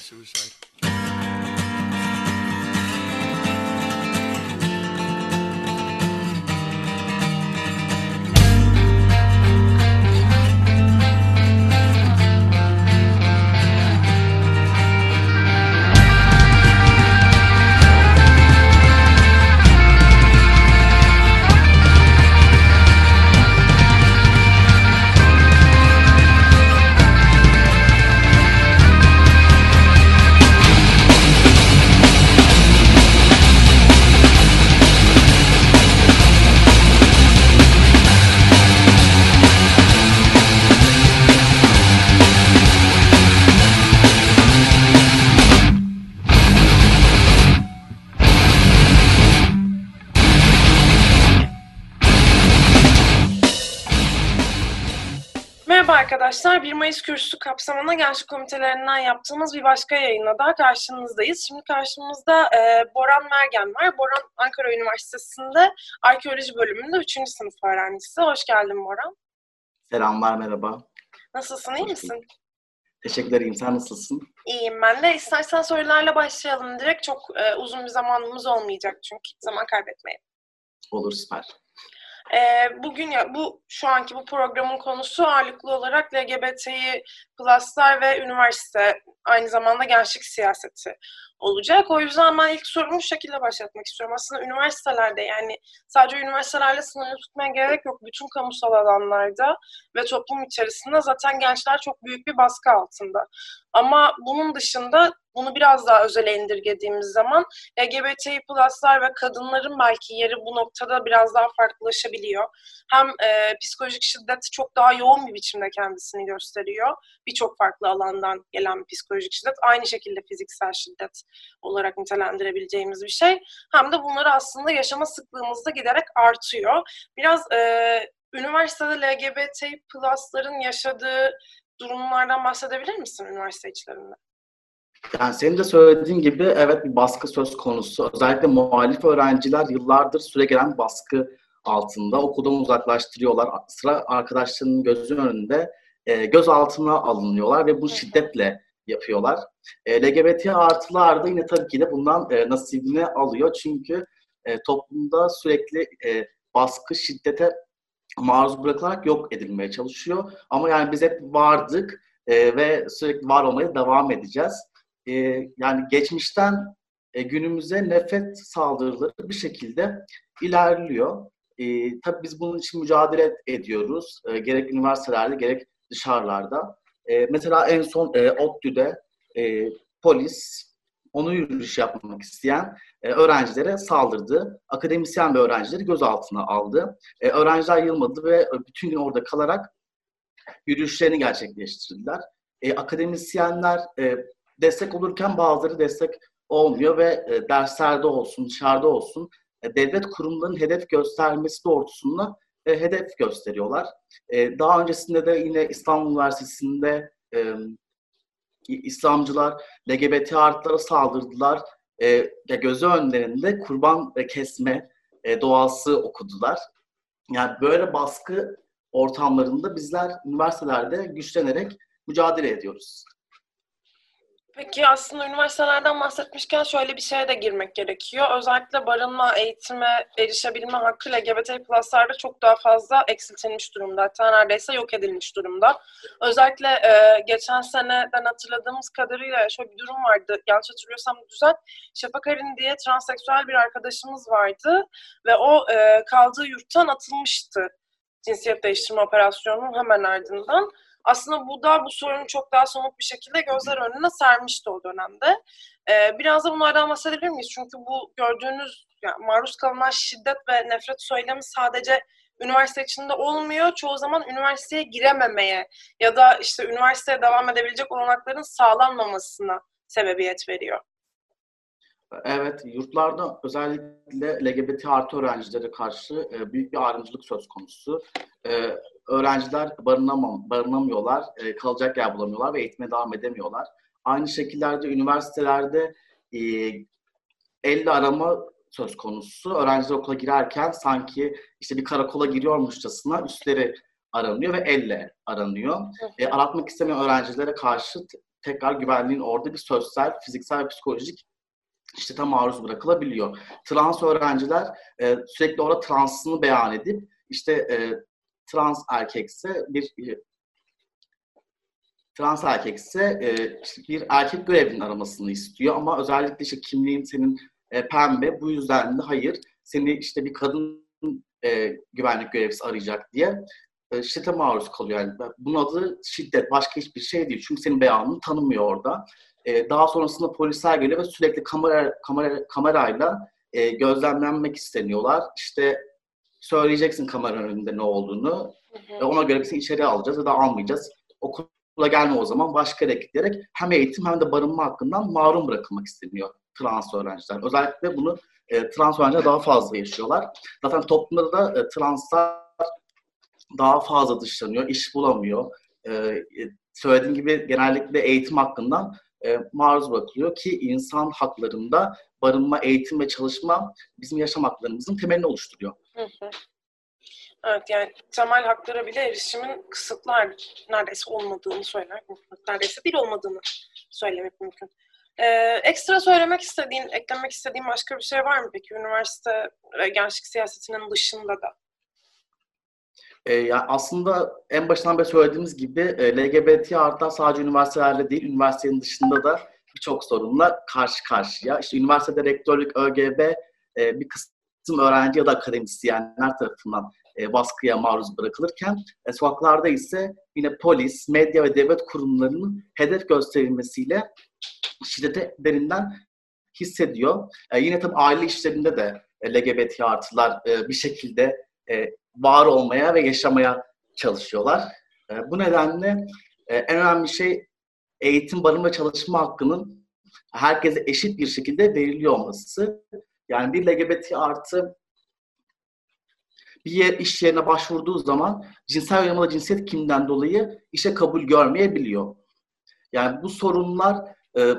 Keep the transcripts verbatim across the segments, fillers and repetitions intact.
suicide. Merhaba arkadaşlar, bir Mayıs kürsüsü kapsamında gençlik komitelerinden yaptığımız bir başka yayınla daha karşınızdayız. Şimdi karşımızda e, Boran Mergen var. Boran Ankara Üniversitesi'nde Arkeoloji bölümünde üçüncü sınıf öğrencisi. Hoş geldin Boran. Selamlar, merhaba. Nasılsın, iyi misin? Teşekkürler, iyiyim. Sen nasılsın? İyiyim ben de. İstersen sorularla başlayalım direkt. Çok e, uzun bir zamanımız olmayacak çünkü. Zaman kaybetmeyelim. Olur, süper. Ee, bugün ya bu şu anki bu programın konusu ağırlıklı olarak L G B T'yi pluslar ve üniversite, aynı zamanda gençlik siyaseti olacak. O yüzden ben ilk sorumu şu şekilde başlatmak istiyorum. Aslında üniversitelerde, yani sadece üniversitelerle sınırlı tutmaya gerek yok. Bütün kamusal alanlarda ve toplum içerisinde zaten gençler çok büyük bir baskı altında. Ama bunun dışında bunu biraz daha özele indirgediğimiz zaman L G B T pluslar ve kadınların belki yeri bu noktada biraz daha farklılaşabiliyor. Hem e, psikolojik şiddet çok daha yoğun bir biçimde kendisini gösteriyor. Birçok farklı alandan gelen psikolojik şiddet aynı şekilde fiziksel şiddet olarak nitelendirebileceğimiz bir şey. Hem de bunları aslında yaşama sıklığımızda giderek artıyor. Biraz e, üniversitede L G B T plusların yaşadığı durumlardan bahsedebilir misin üniversite içlerinde? Yani senin de söylediğin gibi evet bir baskı söz konusu. Özellikle muhalif öğrenciler yıllardır süregelen baskı altında. Okuldan uzaklaştırıyorlar. Sıra arkadaşlarının gözü önünde e, gözaltına alınıyorlar ve bu şiddetle yapıyorlar. E, L G B T artılar da yine tabii ki de bundan e, nasibini alıyor. Çünkü e, toplumda sürekli e, baskı, şiddete maruz bırakılarak yok edilmeye çalışıyor. Ama yani biz hep vardık e, ve sürekli var olmaya devam edeceğiz. E, yani geçmişten e, günümüze nefret saldırıları bir şekilde ilerliyor. E, tabii biz bunun için mücadele ediyoruz. E, gerek üniversitelerde gerek dışarılarda. E, mesela en son e, ODTÜ'de e, polis onu yürüyüş yapmak isteyen e, öğrencilere saldırdı. Akademisyen ve öğrencileri gözaltına aldı. E, öğrenciler yılmadı ve bütün gün orada kalarak yürüyüşlerini gerçekleştirdiler. E, akademisyenler e, destek olurken bazıları destek olmuyor ve e, derslerde olsun, dışarıda olsun e, devlet kurumlarının hedef göstermesi doğrultusunda e, hedef gösteriyorlar. E, daha öncesinde de yine İstanbul Üniversitesi'nde e, İslamcılar L G B T artılara saldırdılar. E, gözü önlerinde kurban kesme e, doğası okudular. Yani böyle baskı ortamlarında bizler üniversitelerde güçlenerek mücadele ediyoruz. Peki aslında üniversitelerden bahsetmişken şöyle bir şeye de girmek gerekiyor. Özellikle barınma, eğitime, erişebilme hakkı L G B T pluslarda çok daha fazla eksiltilmiş durumda. Hatta neredeyse yok edilmiş durumda. Özellikle e, geçen seneden hatırladığımız kadarıyla şöyle bir durum vardı. Yanlış hatırlıyorsam düzelt. Şafak Arin diye transseksüel bir arkadaşımız vardı ve o e, kaldığı yurttan atılmıştı cinsiyet değiştirme operasyonunun hemen ardından. Aslında bu da bu sorunu çok daha somut bir şekilde gözler önüne sermişti o dönemde. Ee, biraz da bunlardan bahsedebilir miyiz? Çünkü bu gördüğünüz, yani maruz kalınan şiddet ve nefret söylemi sadece üniversite içinde olmuyor. Çoğu zaman üniversiteye girememeye ya da işte üniversiteye devam edebilecek olanakların sağlanmamasına sebebiyet veriyor. Evet, yurtlarda özellikle L G B T artı öğrencilere karşı e, büyük bir ayrımcılık söz konusu. E, öğrenciler barınamam, barınamıyorlar, e, kalacak yer bulamıyorlar ve eğitime devam edemiyorlar. Aynı şekillerde üniversitelerde e, elle arama söz konusu. Öğrenciler okula girerken sanki işte bir karakola giriyormuşçasına üstleri aranıyor ve elle aranıyor. E, aratmak istemeyen öğrencilere karşı tekrar güvenliğin orada bir sosyal, fiziksel ve psikolojik şiddete maruz bırakılabiliyor. Trans öğrenciler e, sürekli orada transını beyan edip işte e, trans erkekse bir e, trans erkekse e, işte bir erkek görevlinin aramasını istiyor ama özellikle işte kimliğin senin e, pembe, bu yüzden de hayır seni işte bir kadın e, güvenlik görevlisi arayacak diye e, şiddete maruz kalıyor. Yani bunun adı şiddet, başka hiçbir şey değil. Çünkü senin beyanını tanımıyor orada. E, daha sonrasında polisler geliyor ve sürekli kamera, kamera kamerayla e, gözlemlenmek isteniyorlar. İşte söyleyeceksin kameranın önünde ne olduğunu ve ona göre seni içeri alacağız ya da almayacağız. Okula gelme o zaman başka yere giderek hem eğitim hem de barınma hakkından mahrum bırakılmak isteniyor trans öğrenciler. Özellikle bunu e, trans öğrenciler daha fazla yaşıyorlar. Zaten toplumda da e, translar daha fazla dışlanıyor, iş bulamıyor. Ee, söylediğim gibi genellikle eğitim hakkından e, maruz bırakılıyor ki insan haklarında barınma, eğitim ve çalışma bizim yaşam haklarımızın temelini oluşturuyor. Hı hı. Evet, yani temel haklara bile erişimin kısıtlı, neredeyse olmadığını söylemek mümkün. Neredeyse değil, olmadığını söylemek mümkün. Ee, ekstra söylemek istediğin, eklemek istediğin başka bir şey var mı peki üniversite ve gençlik siyasetinin dışında da? E, yani aslında en başından beri söylediğimiz gibi e, L G B T artılar sadece üniversitelerde değil, üniversitenin dışında da birçok sorunla karşı karşıya. İşte üniversitede rektörlük, ÖGB e, bir kısım öğrenci ya da akademisyenler tarafından e, baskıya maruz bırakılırken e, sokaklarda ise yine polis, medya ve devlet kurumlarının hedef gösterilmesiyle şiddete derinden hissediyor. E, yine tabii aile işlerinde de e, L G B T artılar e, bir şekilde e, var olmaya ve yaşamaya çalışıyorlar. E, bu nedenle e, en önemli şey eğitim, barınma ve çalışma hakkının herkese eşit bir şekilde veriliyor olması. Yani bir L G B T artı bir yer, iş yerine başvurduğu zaman cinsel yönelim ya da cinsiyet kimliğinden dolayı işe kabul görmeyebiliyor. Yani bu sorunlar e,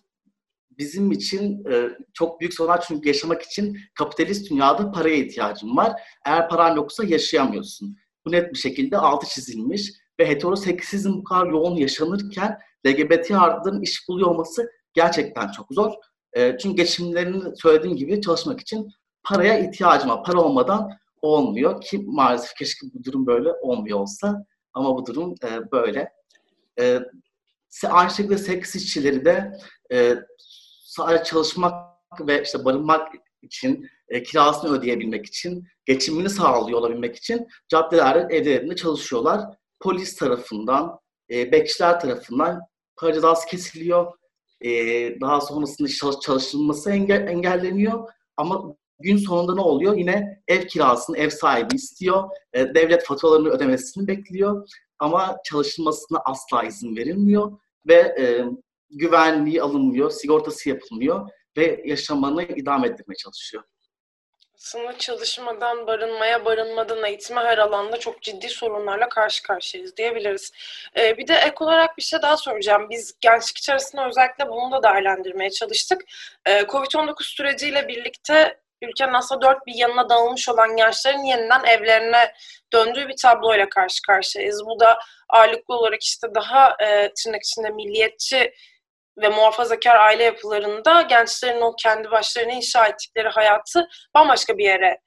bizim için e, çok büyük sorunlar, çünkü yaşamak için kapitalist dünyada paraya ihtiyacın var. Eğer paran yoksa yaşayamıyorsun. Bu net bir şekilde altı çizilmiş ve heteroseksizm bu kadar yoğun yaşanırken L G B T artıların iş buluyor olması gerçekten çok zor. E, çünkü geçimlerini söylediğim gibi çalışmak için paraya ihtiyacım var. Para olmadan olmuyor ki maalesef keşke bu durum böyle olmuyor olsa ama bu durum e, böyle. E, aynı şekilde seks işçileri de e, sadece çalışmak ve işte barınmak için, e, kirasını ödeyebilmek için, geçimini sağlıyor olabilmek için caddelerde, evlerinde çalışıyorlar. Polis tarafından, e, bekçiler tarafından para cezası kesiliyor. E, daha sonrasında çalış- çalışılması engel, engelleniyor. Ama gün sonunda ne oluyor? Yine ev kirasını ev sahibi istiyor. E, devlet faturalarını ödemesini bekliyor. Ama çalışılmasına asla izin verilmiyor. Ve e, güvenliği alınmıyor, sigortası yapılmıyor ve yaşamını idame ettirmeye çalışıyor. Aslında çalışmadan barınmaya, barınmadan eğitime her alanda çok ciddi sorunlarla karşı karşıyayız diyebiliriz. Ee, bir de ek olarak bir şey daha soracağım. Biz gençlik içerisinde özellikle bunu da değerlendirmeye çalıştık. Ee, covid on dokuz süreciyle birlikte ülkenin aslında dört bir yanına dağılmış olan gençlerin yeniden evlerine döndüğü bir tabloyla karşı karşıyayız. Bu da ağırlıklı olarak işte daha e, tırnak içinde milliyetçi ve muhafazakar aile yapılarında gençlerin o kendi başlarına inşa ettikleri hayatı bambaşka bir yere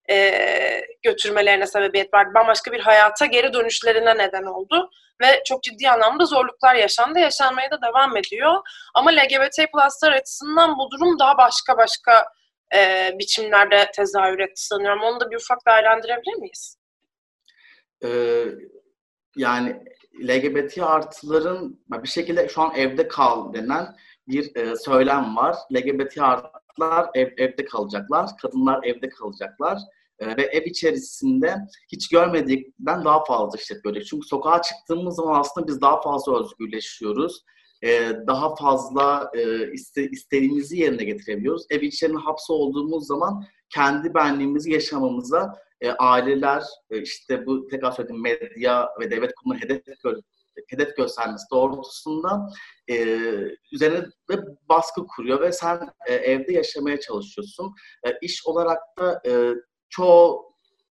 e, götürmelerine sebebiyet verdi. Bambaşka bir hayata geri dönüşlerine neden oldu. Ve çok ciddi anlamda zorluklar yaşandı. Yaşanmaya da devam ediyor. Ama L G B T plus'lar açısından bu durum daha başka başka e, biçimlerde tezahür etti sanıyorum. Onu da bir ufak değerlendirebilir miyiz? Ee, yani L G B T artıların bir şekilde şu an evde kal denen bir e, söylem var. L G B T artılar ev, evde kalacaklar, kadınlar evde kalacaklar e, ve ev içerisinde hiç görmedikten daha fazla şiddet görecek. Çünkü sokağa çıktığımız zaman aslında biz daha fazla özgürleşiyoruz. E, daha fazla e, iste, istediğimizi yerine getirebiliyoruz. Ev içerisinde hapse olduğumuz zaman kendi benliğimizi yaşamamıza e, aileler, e, işte bu tekrar söylediğim medya ve devlet kurumları hedef, gö- hedef göstermesi doğrultusunda e, üzerine de baskı kuruyor ve sen e, evde yaşamaya çalışıyorsun. E, iş olarak da e, çoğu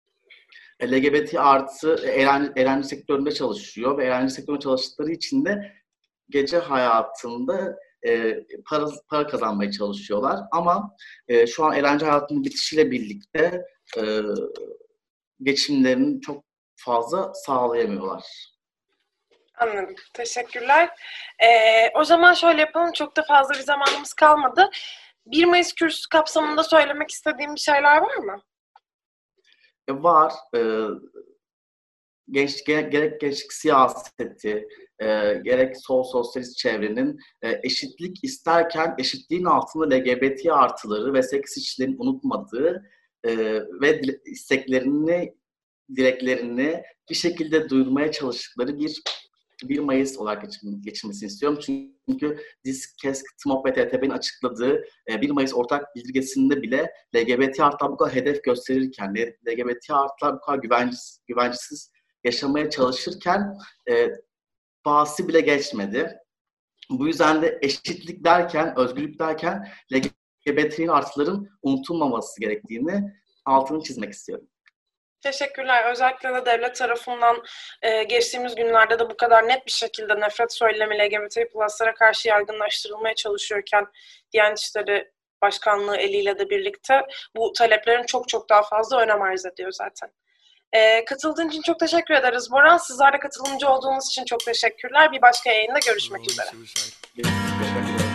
L G B T artı eğlence, eğlence sektöründe çalışıyor ve eğlence sektöründe çalıştıkları için de gece hayatında e, para, para kazanmaya çalışıyorlar. Ama e, şu an eğlence hayatının bitişiyle birlikte e, geçimlerini çok fazla sağlayamıyorlar. Anladım. Teşekkürler. Ee, o zaman şöyle yapalım. Çok da fazla bir zamanımız kalmadı. bir Mayıs kürsüsü kapsamında söylemek istediğim bir şeyler var mı? E, var. E, genç, gerek, gerek gençlik siyaseti, e, gerek sol sosyalist çevrenin e, eşitlik isterken eşitliğin altında L G B T artıları ve seks işçilerin unutmadığı e, ve isteklerini, dileklerini bir şekilde duyurmaya çalıştıkları bir bir Mayıs olarak geçim, geçirmesini istiyorum. Çünkü DİSK, KESK, TMOK ve T T B'nin açıkladığı bir Mayıs ortak bildirgesinde bile L G B T artılar bu kadar hedef gösterirken, L G B T artılar bu kadar güvencesiz, güvencesiz yaşamaya çalışırken e, bahsi bile geçmedi. Bu yüzden de eşitlik derken, özgürlük derken L G B T artıların unutulmaması gerektiğini altını çizmek istiyorum. Teşekkürler. Özellikle de devlet tarafından e, geçtiğimiz günlerde de bu kadar net bir şekilde nefret söylemi L G B T plus'lara karşı yaygınlaştırılmaya çalışıyorken Diyanet İşleri Başkanlığı eliyle de birlikte bu taleplerin çok çok daha fazla önem arz ediyor zaten. E, katıldığın için çok teşekkür ederiz Boran. Sizler de katılımcı olduğunuz için çok teşekkürler. Bir başka yayında görüşmek üzere. Teşekkür ederim.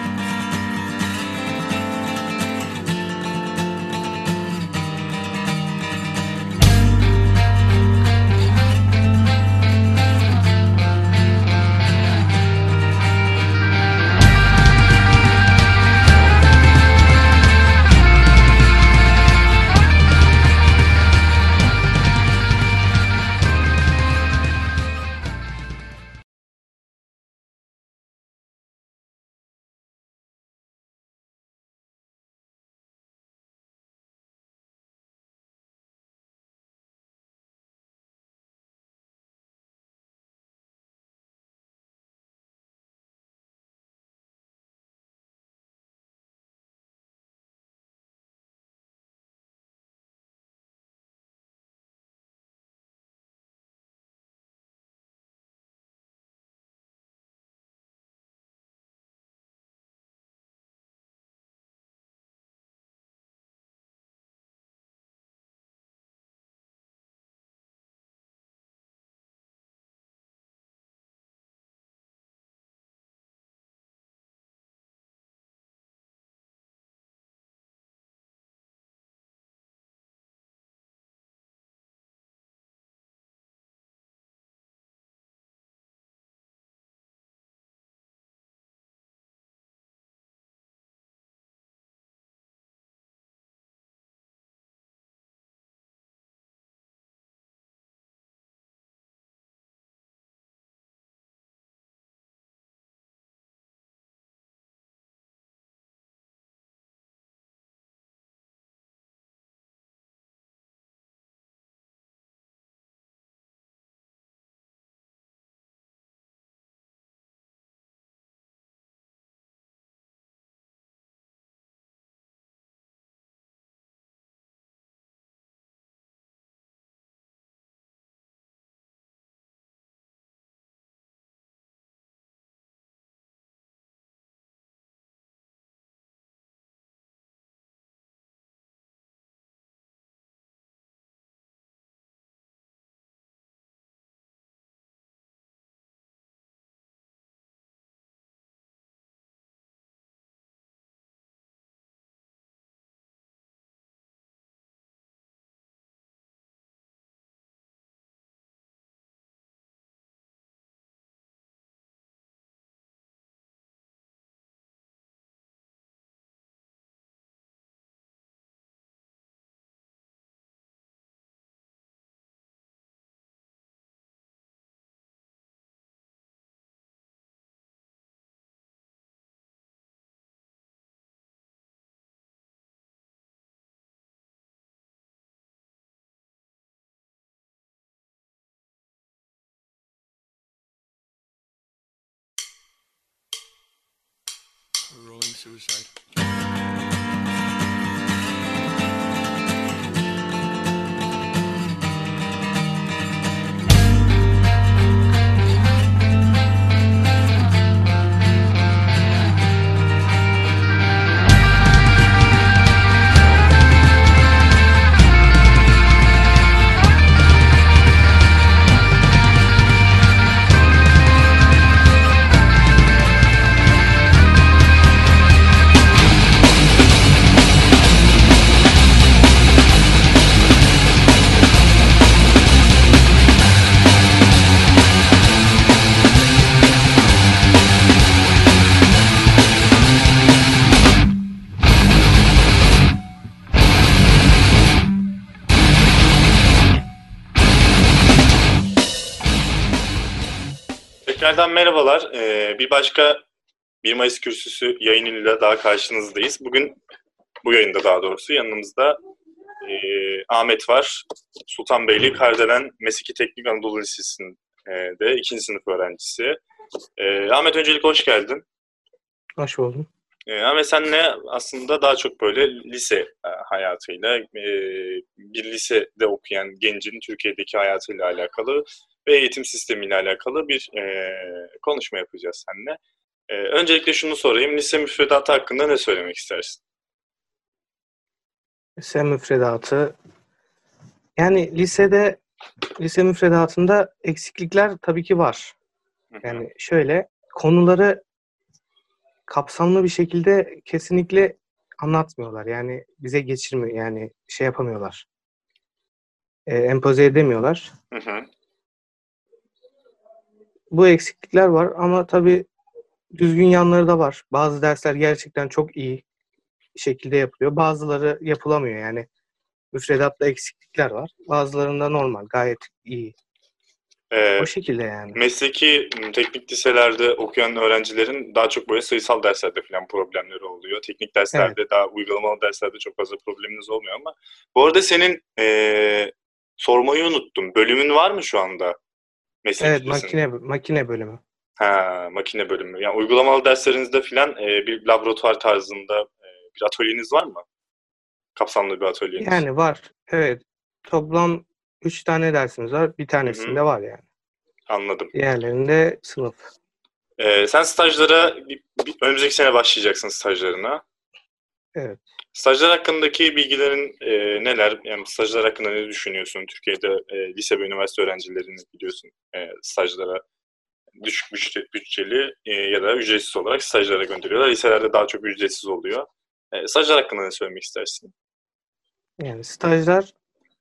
Rolling Suicide. Tekrardan merhabalar. Ee, bir başka bir Mayıs Kürsüsü yayınıyla daha karşınızdayız. Bugün, bu yayında daha doğrusu yanımızda e, Ahmet var. Sultanbeyli Kardelen Mesleki Teknik Anadolu Lisesi'nde ikinci sınıf öğrencisi. E, Ahmet, öncelikle hoş geldin. Hoş buldum. E, Ahmet, senle aslında daha çok böyle lise e, hayatıyla, e, bir lisede okuyan gencin Türkiye'deki hayatıyla alakalı ve eğitim sistemiyle alakalı bir e, konuşma yapacağız seninle. E, öncelikle şunu sorayım, lise müfredatı hakkında ne söylemek istersin? Lise müfredatı, yani lisede, lise müfredatında eksiklikler tabii ki var. Yani şöyle, konuları kapsamlı bir şekilde kesinlikle anlatmıyorlar. Yani bize geçirmiyor, yani şey yapamıyorlar. E, empoze edemiyorlar. Hı hı. Bu eksiklikler var ama tabii düzgün yanları da var. Bazı dersler gerçekten çok iyi şekilde yapılıyor. Bazıları yapılamıyor yani. Müfredatta eksiklikler var. Bazılarında normal, gayet iyi. Ee, O şekilde yani. Mesleki teknik liselerde okuyan öğrencilerin daha çok böyle sayısal derslerde falan problemleri oluyor. Teknik derslerde, evet, daha uygulamalı derslerde çok fazla probleminiz olmuyor ama bu arada senin ee, sormayı unuttum. Bölümün var mı şu anda? Meslek Evet, lisesinde? makine makine bölümü. Ha, makine bölümü. Yani uygulamalı derslerinizde falan e, bir laboratuvar tarzında e, bir atölyeniz var mı? Kapsamlı bir atölyeniz. Yani var. Evet. Toplam üç tane dersimiz var. Bir tanesinde Hı hı. var yani. Anladım. Diğerlerinde sınıf. Ee, sen stajlara, bir, bir, önümüzdeki sene başlayacaksın stajlarına. Evet. Stajlar hakkındaki bilgilerin e, neler? Yani stajlar hakkında ne düşünüyorsun? Türkiye'de e, lise ve üniversite öğrencilerini biliyorsun e, stajlara düşük bütçe, bütçeli e, ya da ücretsiz olarak stajlara gönderiyorlar. Liselerde daha çok ücretsiz oluyor. E, stajlar hakkında ne söylemek istersin? Yani stajlar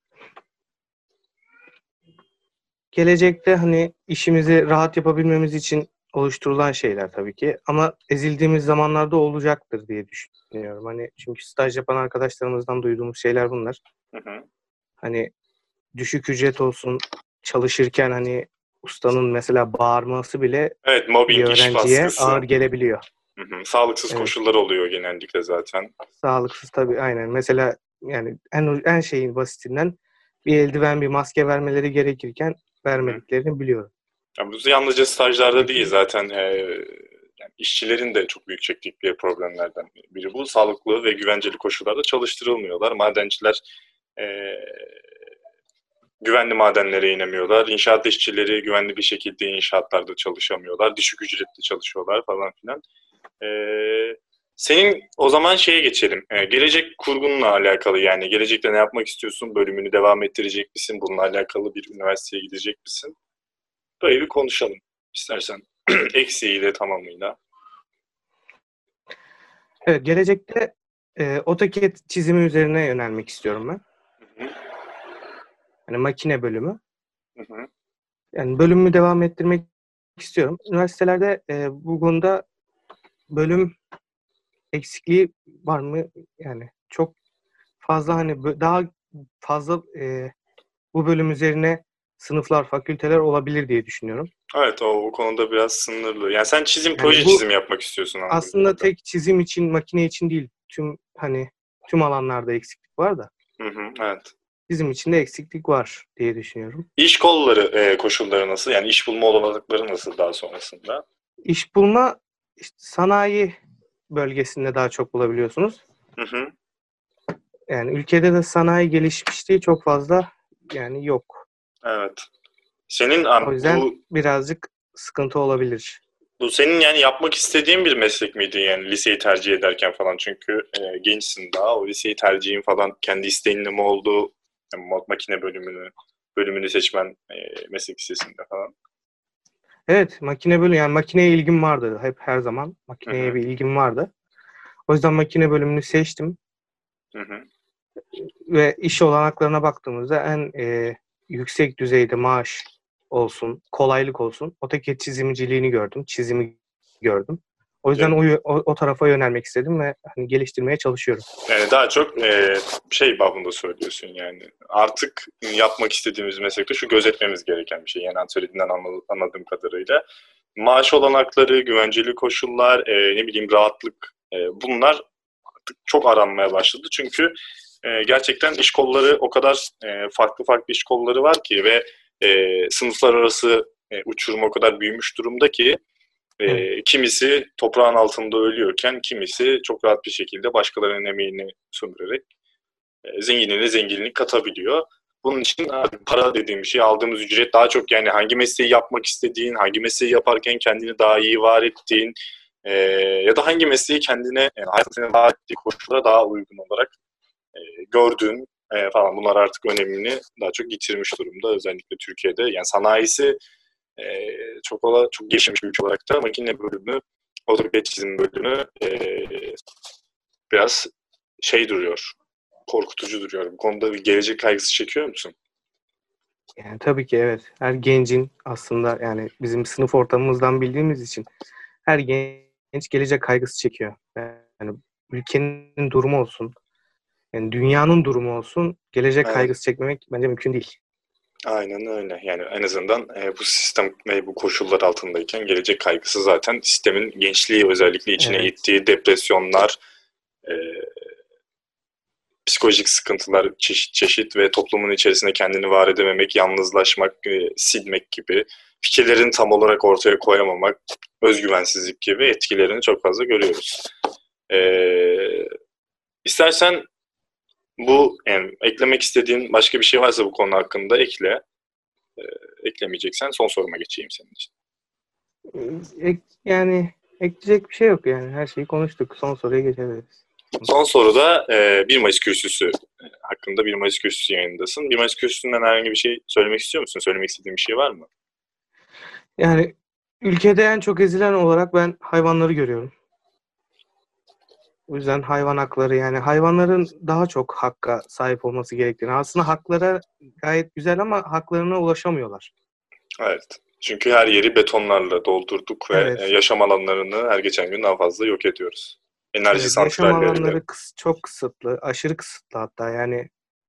gelecekte hani işimizi rahat yapabilmemiz için oluşturulan şeyler tabii ki. Ama ezildiğimiz zamanlarda olacaktır diye düşünüyorum. Hani çünkü staj yapan arkadaşlarımızdan duyduğumuz şeyler bunlar. Hı hı. Hani düşük ücret olsun, çalışırken hani ustanın mesela bağırması bile Evet, bir mobbing, iş öğrenciye baskısı. ağır gelebiliyor. Hı hı. Sağlıksız Evet. koşullar oluyor genellikle zaten. Sağlıksız tabii, aynen. Mesela yani en en şeyin basitinden bir eldiven, bir maske vermeleri gerekirken vermediklerini biliyorum. Ya bu yalnızca stajlarda Peki. değil zaten, e, yani işçilerin de çok büyük çektikleri problemlerden biri bu. Sağlıklı ve güvenceli koşullarda çalıştırılmıyorlar. Madenciler e, güvenli madenlere inemiyorlar. İnşaat işçileri güvenli bir şekilde inşaatlarda çalışamıyorlar. Düşük ücretli çalışıyorlar falan filan. E, senin o zaman şeye geçelim. E, gelecek kurgunla alakalı, yani gelecekte ne yapmak istiyorsun? Bölümünü devam ettirecek misin? Bununla alakalı bir üniversiteye gidecek misin? Böyle bir konuşalım istersen. Eksiğiyle, tamamıyla. Evet, gelecekte e, AutoCAD çizimi üzerine yönelmek istiyorum ben. Hı hı. Yani makine bölümü. Hı hı. Yani bölümümü devam ettirmek istiyorum. Üniversitelerde e, bu konuda bölüm eksikliği var mı? Yani çok fazla hani bö- daha fazla e, bu bölüm üzerine sınıflar, fakülteler olabilir diye düşünüyorum. Evet, o, o konuda biraz sınırlı. Yani sen çizim, Yani proje bu çizim yapmak istiyorsun anladığım aslında kadarıyla. tek çizim için, makine için değil. Tüm hani tüm alanlarda eksiklik var da Hı hı, evet. bizim için de eksiklik var diye düşünüyorum. İş kolları e, koşulları nasıl? Yani iş bulma olanakları nasıl daha sonrasında? İş bulma işte sanayi bölgesinde daha çok bulabiliyorsunuz. Hı hı. Yani ülkede de sanayi gelişmişliği çok fazla yani yok. Evet. Senin O an, yüzden bu birazcık sıkıntı olabilir. bu senin yani yapmak istediğin bir meslek miydi, yani liseyi tercih ederken falan? Çünkü e, gençsin daha. O liseyi tercihin falan kendi isteğinle mi oldu? Yani makine bölümünü bölümünü seçmen e, meslek lisesinde falan. Evet, makine bölümü yani makineye ilgim vardı hep her zaman. Makineye Hı hı. bir ilgim vardı. O yüzden makine bölümünü seçtim Hı hı. ve iş olanaklarına baktığımızda en e, yüksek düzeyde maaş olsun, kolaylık olsun. AutoCAD çizimciliğini gördüm, çizimi gördüm. O yüzden Evet. o, o, o tarafa yönelmek istedim ve hani geliştirmeye çalışıyorum. Yani daha çok e, şey babında söylüyorsun yani. Artık yapmak istediğimiz meslekte şu gözetmemiz gereken bir şey. Yani söylediğinden anladığım kadarıyla. maaş olanakları, güvenceli koşullar, e, ne bileyim rahatlık, e, bunlar artık çok aranmaya başladı. Çünkü e, gerçekten iş kolları o kadar e, farklı farklı iş kolları var ki ve e, sınıflar arası e, uçurum o kadar büyümüş durumda ki e, Evet. kimisi toprağın altında ölüyorken kimisi çok rahat bir şekilde başkalarının emeğini sömürerek e, zenginliğine zenginlik katabiliyor. Bunun için para dediğim şey, aldığımız ücret daha çok yani hangi mesleği yapmak istediğin, hangi mesleği yaparken kendini daha iyi var ettiğin e, ya da hangi mesleği kendine, yani hayatına daha ettiği koşullara daha uygun olarak e, gördüğün e, falan, bunlar artık önemini daha çok yitirmiş durumda. Özellikle Türkiye'de yani sanayisi e, çok ola, çok gelişmiş bir ülke olarak da makine bölümü, AutoCAD çizim bölümü e, biraz şey duruyor, korkutucu duruyor. Bu konuda bir gelecek kaygısı çekiyor musun? Yani tabii ki evet. Her gencin aslında yani bizim sınıf ortamımızdan bildiğimiz için her genç gelecek kaygısı çekiyor. Yani ülkenin durumu olsun, yani dünyanın durumu olsun, gelecek Evet. kaygısı çekmemek bence mümkün değil. Aynen öyle. Yani en azından e, bu sistem ve bu koşullar altındayken gelecek kaygısı zaten sistemin gençliği özellikle içine Evet. ittiği depresyonlar, e, psikolojik sıkıntılar çeşit çeşit ve toplumun içerisinde kendini var edememek, yalnızlaşmak, e, silmek gibi, fikirlerini tam olarak ortaya koyamamak, özgüvensizlik gibi etkilerini çok fazla görüyoruz. E, istersen bu yani eklemek istediğin başka bir şey varsa bu konu hakkında ekle. E, eklemeyeceksen son soruma geçeyim senin için. Ek, yani ekleyecek bir şey yok yani. Her şeyi konuştuk. Son soruya geçebiliriz. Son soruda e, bir Mayıs kürsüsü e, hakkında. bir Mayıs kürsüsü yayındasın. bir Mayıs kürsüsünden herhangi bir şey söylemek istiyor musun? Söylemek istediğin bir şey var mı? Yani ülkede en çok ezilen olarak ben hayvanları görüyorum. O yüzden hayvan hakları, yani hayvanların daha çok hakka sahip olması gerektiğini. Aslında haklara gayet güzel ama haklarına ulaşamıyorlar. Evet. Çünkü her yeri betonlarla doldurduk ve e, Evet. yaşam alanlarını her geçen gün daha fazla yok ediyoruz. Enerji Evet, yaşam santralleriyle. alanları kıs- çok kısıtlı, aşırı kısıtlı hatta yani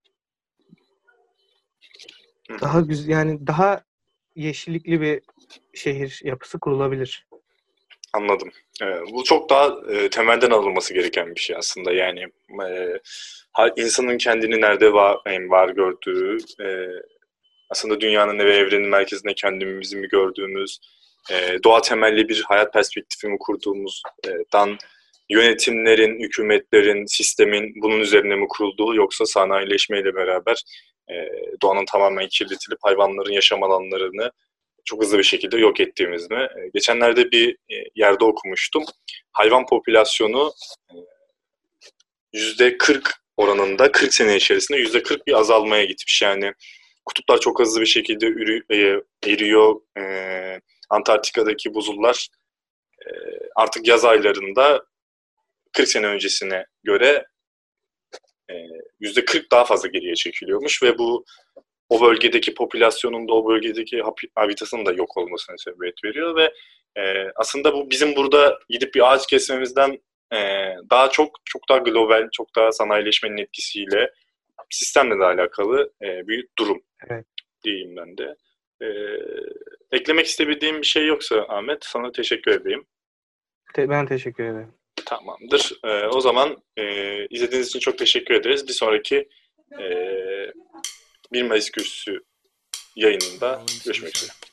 Hı hı. daha güzel, yani daha yeşillikli bir şehir yapısı kurulabilir. Anladım. E, bu çok daha e, temelden alınması gereken bir şey aslında. Yani e, ha- insanın kendini nerede var, yani var gördüğü, e, aslında dünyanın ve evrenin merkezinde kendimizi mi gördüğümüz, e, doğa temelli bir hayat perspektifi mi kurduğumuzdan, yönetimlerin, hükümetlerin, sistemin bunun üzerine mi kurulduğu, yoksa sanayileşmeyle beraber e, doğanın tamamen kirletilip hayvanların yaşam alanlarını çok hızlı bir şekilde yok ettiğimiz mi? E, geçenlerde bir e, yerde okumuştum. Hayvan popülasyonu e, yüzde kırk oranında kırk sene içerisinde yüzde kırk bir azalmaya gitmiş. Yani kutuplar çok hızlı bir şekilde ürü, e, eriyor. E, Antarktika'daki buzullar e, artık yaz aylarında kırk sene öncesine göre e, yüzde kırk daha fazla geriye çekiliyormuş ve bu o bölgedeki popülasyonun da o bölgedeki habitatının da yok olmasına sebebiyet veriyor ve e, aslında bu bizim burada gidip bir ağaç kesmemizden e, daha çok çok daha global, çok daha sanayileşmenin etkisiyle sistemle de alakalı e, bir durum. Evet. Diyeyim ben de. E, eklemek istediğim bir şey yoksa Ahmet, sana teşekkür edeyim. Te- ben teşekkür ederim. Tamamdır. E, o zaman e, izlediğiniz için çok teşekkür ederiz. Bir sonraki e, bir Mayıs kürsüsü yayınında görüşmek üzere.